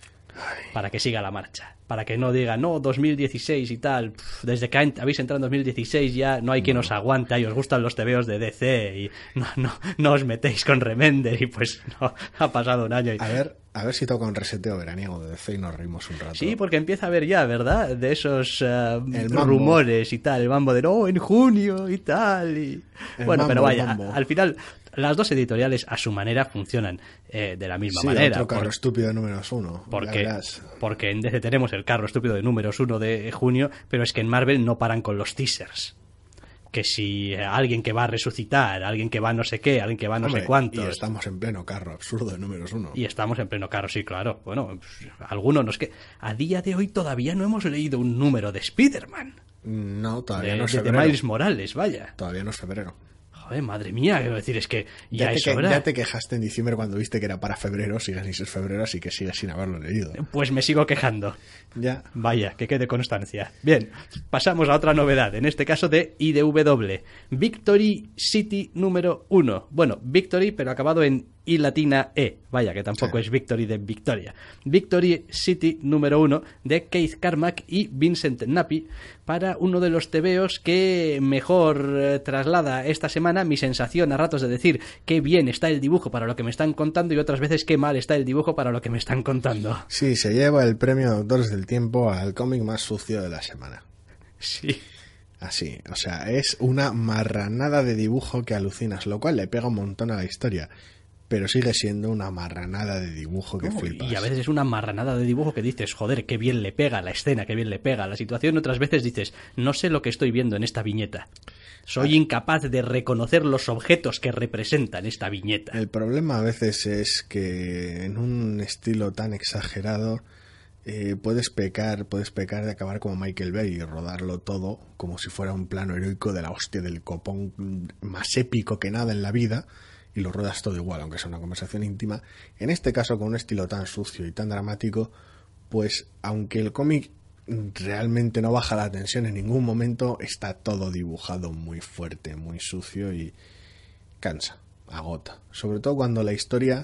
Ay. Para que siga la marcha. Para que no diga, no, dos mil dieciséis y tal. Pff, desde que habéis entrado en dos mil dieciséis ya no hay quien no. os aguanta y os gustan los tebeos de D C y no, no, no os metéis con Remender y pues no, ha pasado un año. Y... A ver, a ver si toca un reseteo veraniego de D C y nos reímos un rato. Sí, porque empieza a haber ya, ¿verdad? De esos uh, rumores y tal. El mambo de, no, en junio y tal. Y... Bueno, mambo, pero vaya, a, al final... Las dos editoriales, a su manera, funcionan eh, de la misma sí, manera. Otro carro por, estúpido de números uno. Porque, porque en D C tenemos el carro estúpido de números uno de junio, pero es que en Marvel no paran con los teasers. Que si alguien que va a resucitar, alguien que va no sé qué, alguien que va no Hombre, sé cuántos. Y estamos en pleno carro absurdo de números uno. Y estamos en pleno carro, sí, claro. Bueno, pues, algunos no es que... A día de hoy todavía no hemos leído un número de Spider-Man. No, todavía de, no es de, febrero. De Miles Morales, vaya. Todavía no es febrero. Joder, madre mía, quiero decir, es que ya, ya, te es que, hora. ya te quejaste en diciembre cuando viste que era para febrero, sigue sin ser febrero, así que sigues sin haberlo leído. Pues me sigo quejando. Ya. Vaya, que quede constancia. Bien, pasamos a otra novedad, en este caso de I D W. Victory City número uno. Bueno, Victory, pero acabado en I latina E. Vaya, que tampoco sí. es Victory de Victoria. Victory City número uno de Keith Carmack y Vincent Nappi para uno de los tebeos que mejor eh, traslada esta semana mi sensación a ratos de decir qué bien está el dibujo para lo que me están contando y otras veces qué mal está el dibujo para lo que me están contando. Sí, se lleva el premio Doctores del Tiempo al cómic más sucio de la semana. Sí. Así, o sea, es una marranada de dibujo que alucinas, lo cual le pega un montón a la historia. Pero sigue siendo una marranada de dibujo que no, flipas. Y a veces es una marranada de dibujo que dices, joder, qué bien le pega a la escena, qué bien le pega a la situación. Otras veces dices, no sé lo que estoy viendo en esta viñeta. Soy incapaz de reconocer los objetos que representan esta viñeta. El problema a veces es que en un estilo tan exagerado eh, puedes pecar, puedes pecar de acabar como Michael Bay y rodarlo todo como si fuera un plano heroico de la hostia del copón más épico que nada en la vida. Y lo ruedas todo igual, aunque sea una conversación íntima. En este caso, con un estilo tan sucio y tan dramático, pues aunque el cómic realmente no baja la tensión en ningún momento, está todo dibujado muy fuerte, muy sucio y cansa, agota. Sobre todo cuando la historia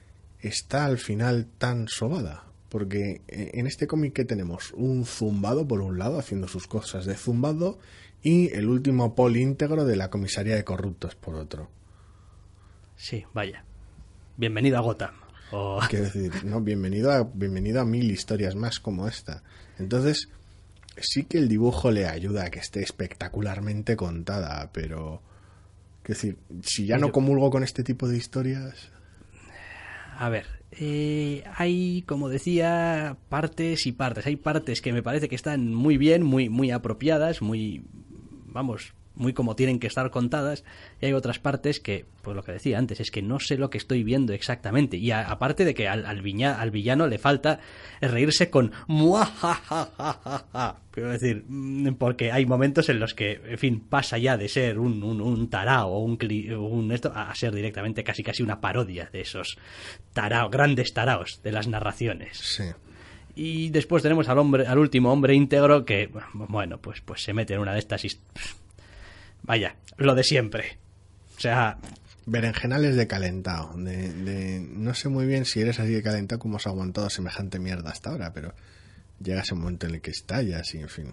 está al final tan sobada. Porque en este cómic, ¿qué tenemos? Un zumbado por un lado, haciendo sus cosas de zumbado, y el último pol íntegro de la comisaría de corruptos por otro. Sí, vaya. Bienvenido a Gotham. Oh. Quiero decir, no, bienvenido a, bienvenido a mil historias más como esta. Entonces, sí que el dibujo le ayuda a que esté espectacularmente contada, pero... Quiero decir, si ya no comulgo con este tipo de historias... A ver, eh, hay, como decía, partes y partes. Hay partes que me parece que están muy bien, muy, muy apropiadas, muy... Vamos... muy como tienen que estar contadas, y hay otras partes que, pues lo que decía antes, es que no sé lo que estoy viendo exactamente, y a, aparte de que al, al, viña, al villano le falta reírse con muajajajaja, quiero decir, porque hay momentos en los que, en fin, pasa ya de ser un, un, un tarao o un, un esto a ser directamente casi casi una parodia de esos tarao, grandes taraos de las narraciones. Sí. Y después tenemos al hombre, al último hombre íntegro que, bueno, pues, pues se mete en una de estas hist- vaya, lo de siempre. O sea, berenjenales de calentado. De, de, no sé muy bien si eres así de calentado como has aguantado semejante mierda hasta ahora, pero llega ese momento en el que estallas y en fin.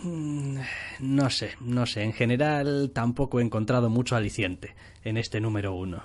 No sé, no sé. En general tampoco he encontrado mucho aliciente en este número uno.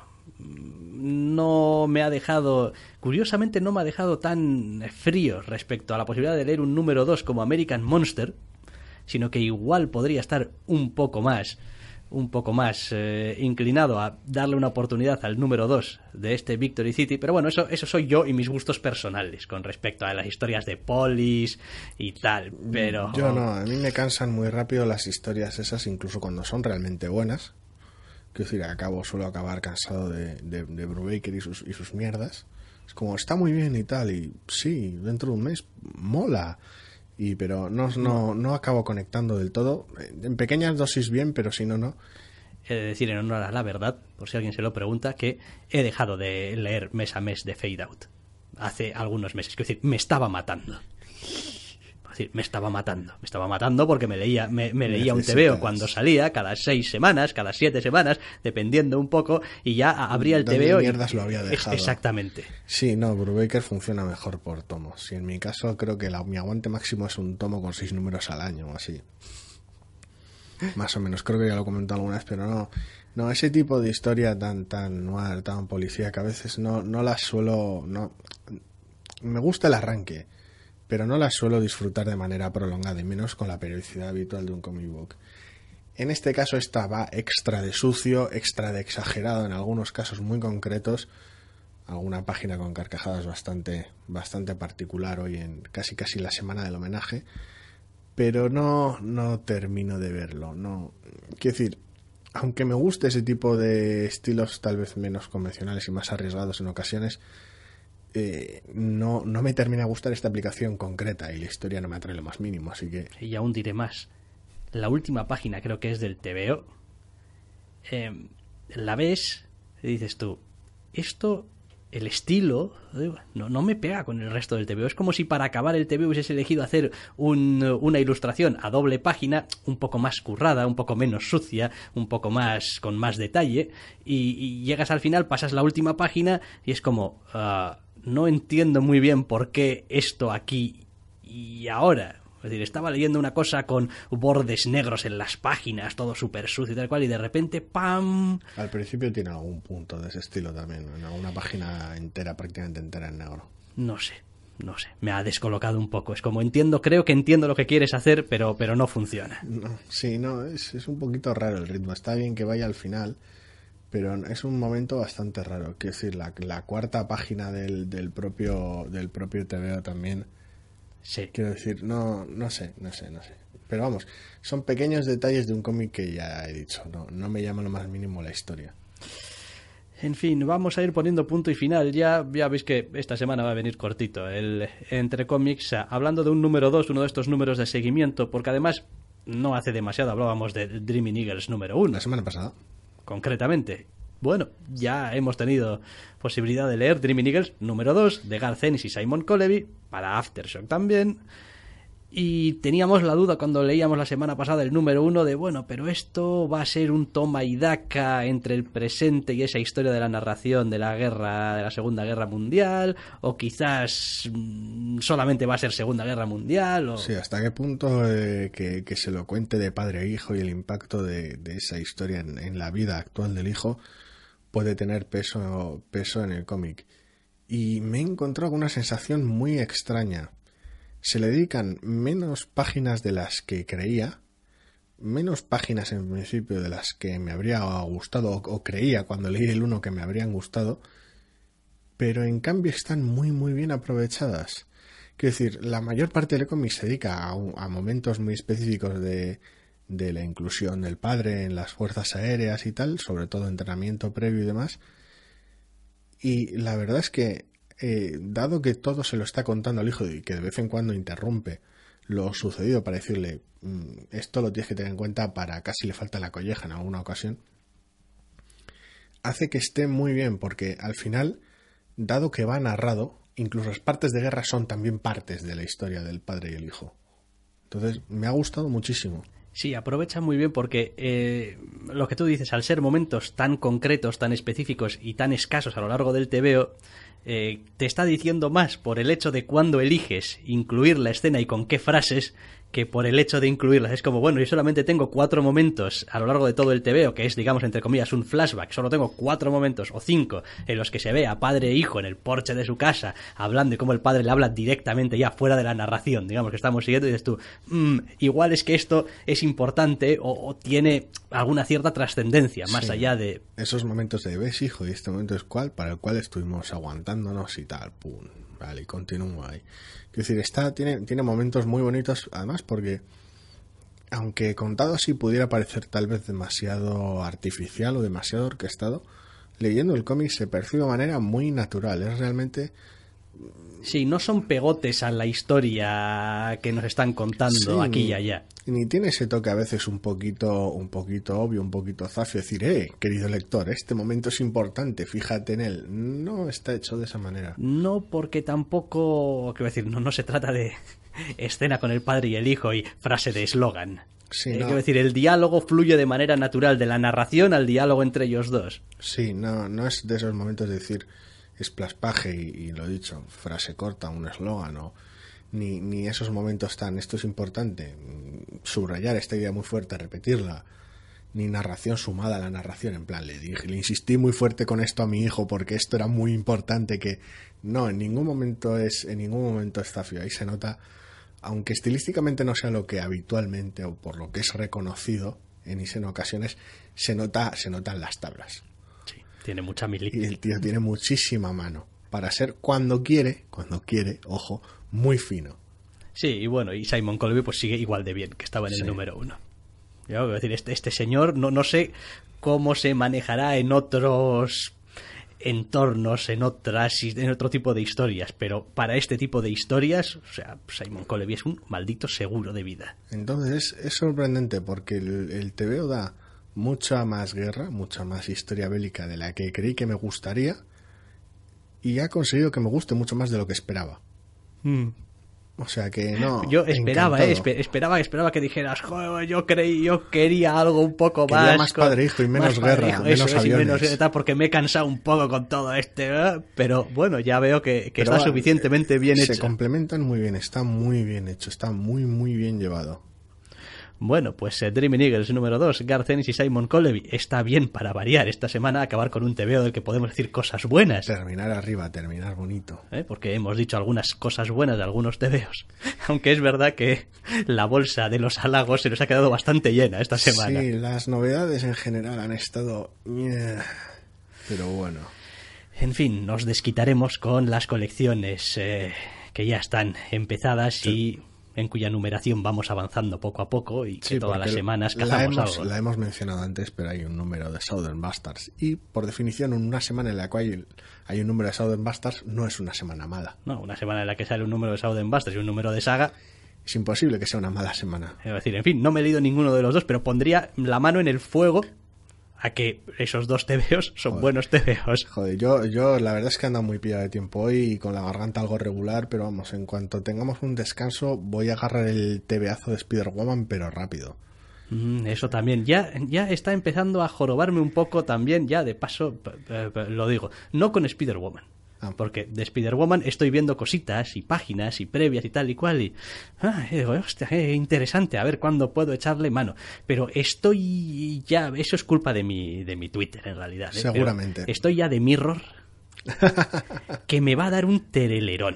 No me ha dejado, curiosamente no me ha dejado tan frío respecto a la posibilidad de leer un número dos como American Monster, sino que igual podría estar un poco más un poco más eh, inclinado a darle una oportunidad al número dos de este Victory City, pero bueno, eso eso soy yo y mis gustos personales con respecto a las historias de polis y tal, pero... Yo no, a mí me cansan muy rápido las historias esas, incluso cuando son realmente buenas. Quiero decir, acabo, suelo acabar cansado de, de, de Brubaker y sus, y sus mierdas. Es como, está muy bien y tal, y sí, dentro de un mes mola. Y pero no, no, no acabo conectando del todo. En pequeñas dosis bien, pero si no, no. He de decir en honor a la verdad, por si alguien se lo pregunta, que he dejado de leer mes a mes de Fade Out. Hace algunos meses. Quiero decir, me estaba matando. Es decir, me estaba matando. Me estaba matando porque me leía, me, me leía un tebeo cuando salía, cada seis semanas, cada siete semanas, dependiendo un poco, y ya abría el tebeo. ¿Dónde mierdas lo había dejado? Exactamente. Sí, no, Brubaker funciona mejor por tomos. Y en mi caso creo que la, mi aguante máximo es un tomo con seis números al año o así. Más o menos, creo que ya lo he comentado alguna vez, pero no, no, ese tipo de historia tan, tan noir, tan policía, que a veces no, no las suelo, no, me gusta el arranque, pero no las suelo disfrutar de manera prolongada, y menos con la periodicidad habitual de un comic book. En este caso esta va extra de sucio, extra de exagerado en algunos casos muy concretos, alguna página con carcajadas bastante, bastante particular hoy en casi casi la semana del homenaje, pero no, no termino de verlo, no, quiero decir, aunque me guste ese tipo de estilos tal vez menos convencionales y más arriesgados en ocasiones, Eh, no, no me termina de gustar esta aplicación concreta y la historia no me atrae lo más mínimo, así que... Y aún diré más. La última página creo que es del tebeo. Eh, la ves y dices tú, esto, el estilo, no, no me pega con el resto del tebeo. Es como si para acabar el tebeo hubieses elegido hacer un, una ilustración a doble página, un poco más currada, un poco menos sucia, un poco más con más detalle, y, y llegas al final, pasas la última página y es como... Uh, no entiendo muy bien por qué esto aquí y ahora. Es decir, estaba leyendo una cosa con bordes negros en las páginas, todo súper sucio y tal cual, y de repente, ¡pam! Al principio tiene algún punto de ese estilo también, en alguna página entera, prácticamente entera en negro. No sé, no sé, me ha descolocado un poco. Es como entiendo, creo que entiendo lo que quieres hacer, pero, pero no funciona. No, sí, no, es, es un poquito raro el ritmo. Está bien que vaya al final, pero es un momento bastante raro. Quiero decir, la, la cuarta página del, del propio del propio tebeo también. Sí. Quiero decir, no, no sé, no sé, no sé. Pero vamos, son pequeños detalles de un cómic que ya he dicho. No, no me llama lo más mínimo la historia. En fin, vamos a ir poniendo punto y final. Ya, ya veis que esta semana va a venir cortito el Entre Cómics, hablando de un número dos, uno de estos números de seguimiento, porque además no hace demasiado hablábamos de Dreaming Eagles número uno. La semana pasada. Concretamente. Bueno, ya hemos tenido posibilidad de leer Dreaming Eagles número dos de Garth Ennis y Simon Coleby para Aftershock también. Y teníamos la duda cuando leíamos la semana pasada el número uno de, bueno, pero esto va a ser un toma y daca entre el presente y esa historia de la narración de la guerra, de la Segunda Guerra Mundial, o quizás mmm, solamente va a ser Segunda Guerra Mundial. O... Sí, hasta qué punto eh, que, que se lo cuente de padre a hijo y el impacto de, de esa historia en, en la vida actual del hijo puede tener peso, peso en el cómic. Y me he encontrado con una sensación muy extraña. Se le dedican menos páginas de las que creía, menos páginas en principio de las que me habría gustado o, o creía cuando leí el uno que me habrían gustado, pero en cambio están muy muy bien aprovechadas. Quiero decir, la mayor parte del cómic se dedica a, a momentos muy específicos de, de la inclusión del padre en las fuerzas aéreas y tal, sobre todo entrenamiento previo y demás. Y la verdad es que, eh, dado que todo se lo está contando al hijo y que de vez en cuando interrumpe lo sucedido para decirle mmm, esto lo tienes que tener en cuenta para casi le falta la colleja en alguna ocasión, hace que esté muy bien, porque al final, dado que va narrado, incluso las partes de guerra son también partes de la historia del padre y el hijo. Entonces me ha gustado muchísimo. Sí, aprovecha muy bien porque eh, lo que tú dices, al ser momentos tan concretos, tan específicos y tan escasos a lo largo del tebeo, eh, te está diciendo más por el hecho de cuándo eliges incluir la escena y con qué frases que por el hecho de incluirlas. Es como, bueno, yo solamente tengo cuatro momentos a lo largo de todo el tebeo, que es, digamos, entre comillas, un flashback. Solo tengo cuatro momentos o cinco en los que se ve a padre e hijo en el porche de su casa hablando y cómo el padre le habla directamente ya fuera de la narración, digamos, que estamos siguiendo, y dices tú, mmm, igual es que esto es importante o, o tiene alguna cierta trascendencia más sí, allá de... esos momentos de ves, hijo, y este momento es cuál, para el cual estuvimos aguantándonos y tal, pum, vale, y continúa ahí. Es decir, está, tiene, tiene momentos muy bonitos, además porque, aunque contado así pudiera parecer tal vez demasiado artificial o demasiado orquestado, leyendo el cómic se percibe de manera muy natural. Es realmente... Sí, no son pegotes a la historia que nos están contando sí, aquí y allá. Ni tiene ese toque a veces un poquito, un poquito obvio, un poquito zafio, decir, eh, querido lector, este momento es importante, fíjate en él. No está hecho de esa manera. No, porque tampoco, quiero decir, no, no se trata de escena con el padre y el hijo y frase de eslogan. Sí, eh, no. Quiero decir, el diálogo fluye de manera natural de la narración al diálogo entre ellos dos. Sí, no, no es de esos momentos de decir esplaspaje y, y lo dicho, frase corta, un eslogan o... Ni, ni esos momentos tan, esto es importante, subrayar esta idea muy fuerte, repetirla, ni narración sumada a la narración, en plan, le dije, le insistí muy fuerte con esto a mi hijo porque esto era muy importante, que no, en ningún momento es, en ningún momento es zafio, ahí se nota, aunque estilísticamente no sea lo que habitualmente o por lo que es reconocido en, en ocasiones, se nota, se notan las tablas. Sí, tiene mucha mili. Y el tío tiene muchísima mano para ser cuando quiere, cuando quiere, ojo, muy fino. Sí, y bueno, y Simon Colby pues sigue igual de bien, que estaba en el sí. número uno. Yo voy a decir, este, este señor no, no sé cómo se manejará en otros entornos, en otras, en otro tipo de historias, pero para este tipo de historias, o sea, Simon Colby es un maldito seguro de vida. Entonces es, es sorprendente porque el, el tebeo da mucha más guerra, mucha más historia bélica de la que creí que me gustaría, y ha conseguido que me guste mucho más de lo que esperaba. Mm. O sea que no. Yo esperaba, eh, esper- esperaba, esperaba que dijeras, joder, yo creí, yo quería algo un poco quería más. más padre hijo y menos guerra, hijo, menos eso, aviones. Y menos, porque me he cansado un poco con todo este, ¿eh? Pero bueno, ya veo que, que está suficientemente bien se hecho. Se complementan muy bien, está muy bien hecho, está muy muy bien llevado. Bueno, pues eh, Dreaming Eagles número dos, Garth Ennis y Simon Colby. Está bien para variar esta semana acabar con un tebeo del que podemos decir cosas buenas. Terminar arriba, terminar bonito. ¿Eh? Porque hemos dicho algunas cosas buenas de algunos tebeos. Aunque es verdad que la bolsa de los halagos se nos ha quedado bastante llena esta semana. Sí, las novedades en general han estado... Pero bueno. En fin, nos desquitaremos con las colecciones eh, que ya están empezadas sí. y... en cuya numeración vamos avanzando poco a poco y que sí, todas las semanas cazamos la hemos, algo. La hemos mencionado antes, pero hay un número de Southern Bastards y, por definición, una semana en la cual hay un número de Southern Bastards no es una semana mala. No, una semana en la que sale un número de Southern Bastards y un número de Saga... Es imposible que sea una mala semana. Es decir, en fin, no me he leído ninguno de los dos, pero pondría la mano en el fuego a que esos dos tebeos son Joder. buenos tebeos. Joder, yo, yo la verdad es que ando muy pillado de tiempo hoy y con la garganta algo regular, pero vamos, en cuanto tengamos un descanso voy a agarrar el tebeazo de Spider-Woman, pero rápido. Mm, eso también, ya, ya está empezando a jorobarme un poco también, ya de paso, p- p- lo digo, no con Spider-Woman. Ah. Porque de Spider-Woman estoy viendo cositas y páginas y previas y tal y cual y ah, digo, hostia, eh, interesante, a ver cuándo puedo echarle mano, pero estoy ya, eso es culpa de mi de mi Twitter en realidad, ¿eh? Seguramente. Pero estoy ya de Mirror que me va a dar un terelerón.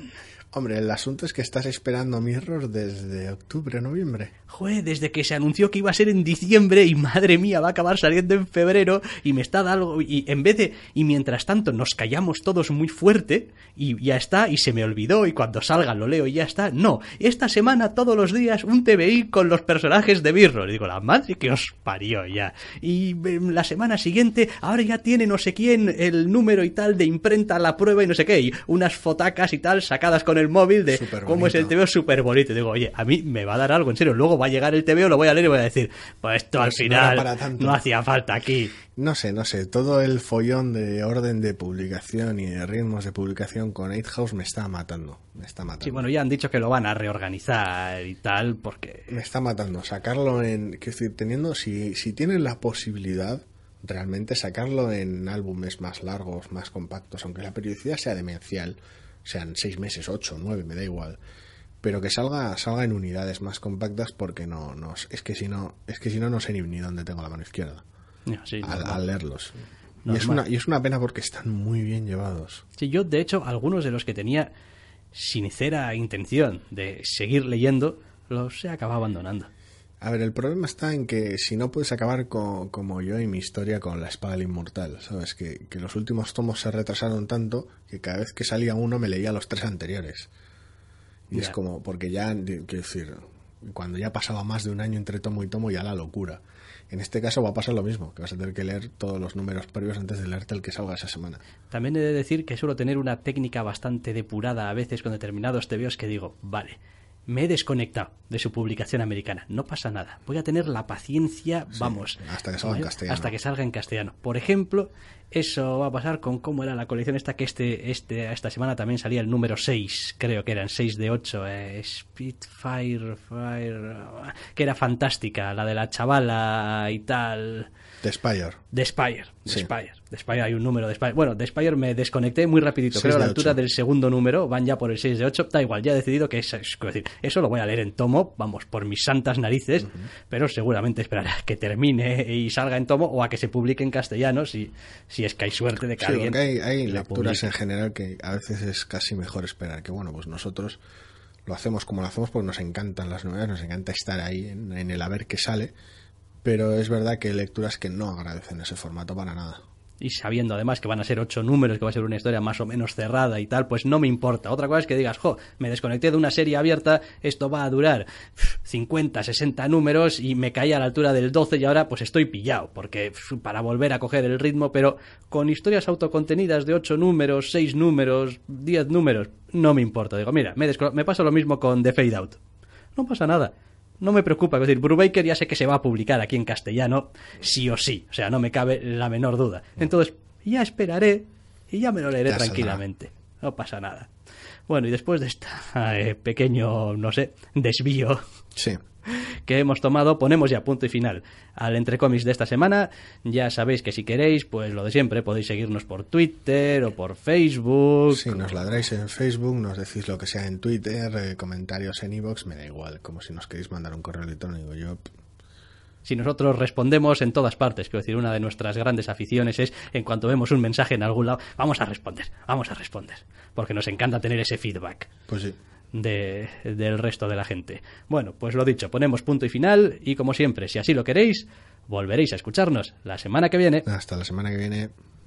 Hombre, el asunto es que estás esperando Mirror desde octubre, noviembre. Joder, desde que se anunció que iba a ser en diciembre y madre mía, va a acabar saliendo en febrero y me está dando... Y en vez de... Y mientras tanto nos callamos todos muy fuerte y ya está, y se me olvidó y cuando salga lo leo y ya está. No, esta semana todos los días un T V I con los personajes de Mirror. Y digo, la madre que os parió ya. Y la semana siguiente, ahora ya tiene no sé quién el número y tal de imprenta la prueba y no sé qué. Y unas fotacas y tal sacadas con el móvil de Super cómo es el T V O, súper bonito. Y digo, oye, a mí me va a dar algo, en serio. Luego va a llegar el T V O, lo voy a leer y voy a decir, pues esto al Pues no final era para tanto. no hacía falta aquí. No sé, no sé, todo el follón de orden de publicación y de ritmos de publicación con eight house me está matando, me está matando. Sí, bueno, ya han dicho que lo van a reorganizar y tal, porque... Me está matando, sacarlo en... Que estoy teniendo, si, si tienen la posibilidad, realmente sacarlo en álbumes más largos, más compactos, aunque la periodicidad sea demencial, sean seis meses, ocho, nueve, me da igual, pero que salga salga en unidades más compactas, porque no, no es que si no es que si no no sé ni, ni dónde tengo la mano izquierda No, sí, al, normal. al leerlos. Y Normal. es una y es una pena porque están muy bien llevados. Sí, yo de hecho algunos de los que tenía sincera intención de seguir leyendo los he acabado abandonando. A ver, el problema está en que si no puedes acabar con, como yo y mi historia con la espada del inmortal, ¿sabes? Que, que los últimos tomos se retrasaron tanto que cada vez que salía uno me leía los tres anteriores. Y Ya. es como, porque ya, quiero decir, cuando ya pasaba más de un año entre tomo y tomo, ya la locura. En este caso va a pasar lo mismo, que vas a tener que leer todos los números previos antes de leerte el que salga esa semana. También he de decir que suelo tener una técnica bastante depurada a veces con determinados T V Os que digo, vale, me he desconectado de su publicación americana, no pasa nada, voy a tener la paciencia, Sí, vamos, hasta que salga en ¿vale? castellano. hasta que salga en castellano. Por ejemplo, eso va a pasar con cómo era la colección esta que este, este esta semana también salía el número seis, creo que eran seis de ocho, eh, Spitfire, Fire, que era fantástica, la de la chavala y tal... The Spire. The Spire, The Sí. Spire, The Spire, hay un número de Spire. Bueno, The Spire me desconecté muy rapidito, seis creo a la de altura ocho. del segundo número, van ya por el seis de ocho, da igual, ya he decidido que es, es decir, eso lo voy a leer en tomo, vamos, por mis santas narices, uh-huh. pero seguramente esperaré a que termine y salga en tomo o a que se publique en castellano si, si es que hay suerte de que Sí, alguien porque hay, hay la lecturas publique. en general que a veces es casi mejor esperar, que bueno, pues nosotros lo hacemos como lo hacemos porque nos encantan las novedades, nos encanta estar ahí en, en el a ver qué sale, pero es verdad que hay lecturas que no agradecen ese formato para nada. Y sabiendo además que van a ser ocho números, que va a ser una historia más o menos cerrada y tal, pues no me importa. Otra cosa es que digas, jo, me desconecté de una serie abierta, esto va a durar cincuenta, sesenta números y me caí a la altura del doce y ahora pues estoy pillado, porque para volver a coger el ritmo, pero con historias autocontenidas de ocho números, seis números, diez números, no me importa. Digo, mira, me, desco- me pasa lo mismo con The Fade Out. No pasa nada. No me preocupa, es decir, Brubaker ya sé que se va a publicar aquí en castellano, sí o sí, o sea, no me cabe la menor duda. Entonces, ya esperaré y ya me lo leeré Ya tranquilamente. No pasa nada. Bueno, y después de este eh, pequeño, no sé, desvío Sí. que hemos tomado, ponemos ya punto y final al Entrecómics de esta semana. Ya sabéis que si queréis, pues lo de siempre, podéis seguirnos por Twitter o por Facebook. Sí, nos ladráis en Facebook, nos decís lo que sea en Twitter, eh, comentarios en iVoox, me da igual, como si nos queréis mandar un correo electrónico. Yo, Si nosotros respondemos en todas partes, quiero decir, una de nuestras grandes aficiones es, en cuanto vemos un mensaje en algún lado, vamos a responder, vamos a responder, porque nos encanta tener ese feedback pues sí. de, del resto de la gente. Bueno, pues lo dicho, ponemos punto y final, y como siempre, si así lo queréis, volveréis a escucharnos la semana que viene. Hasta la semana que viene.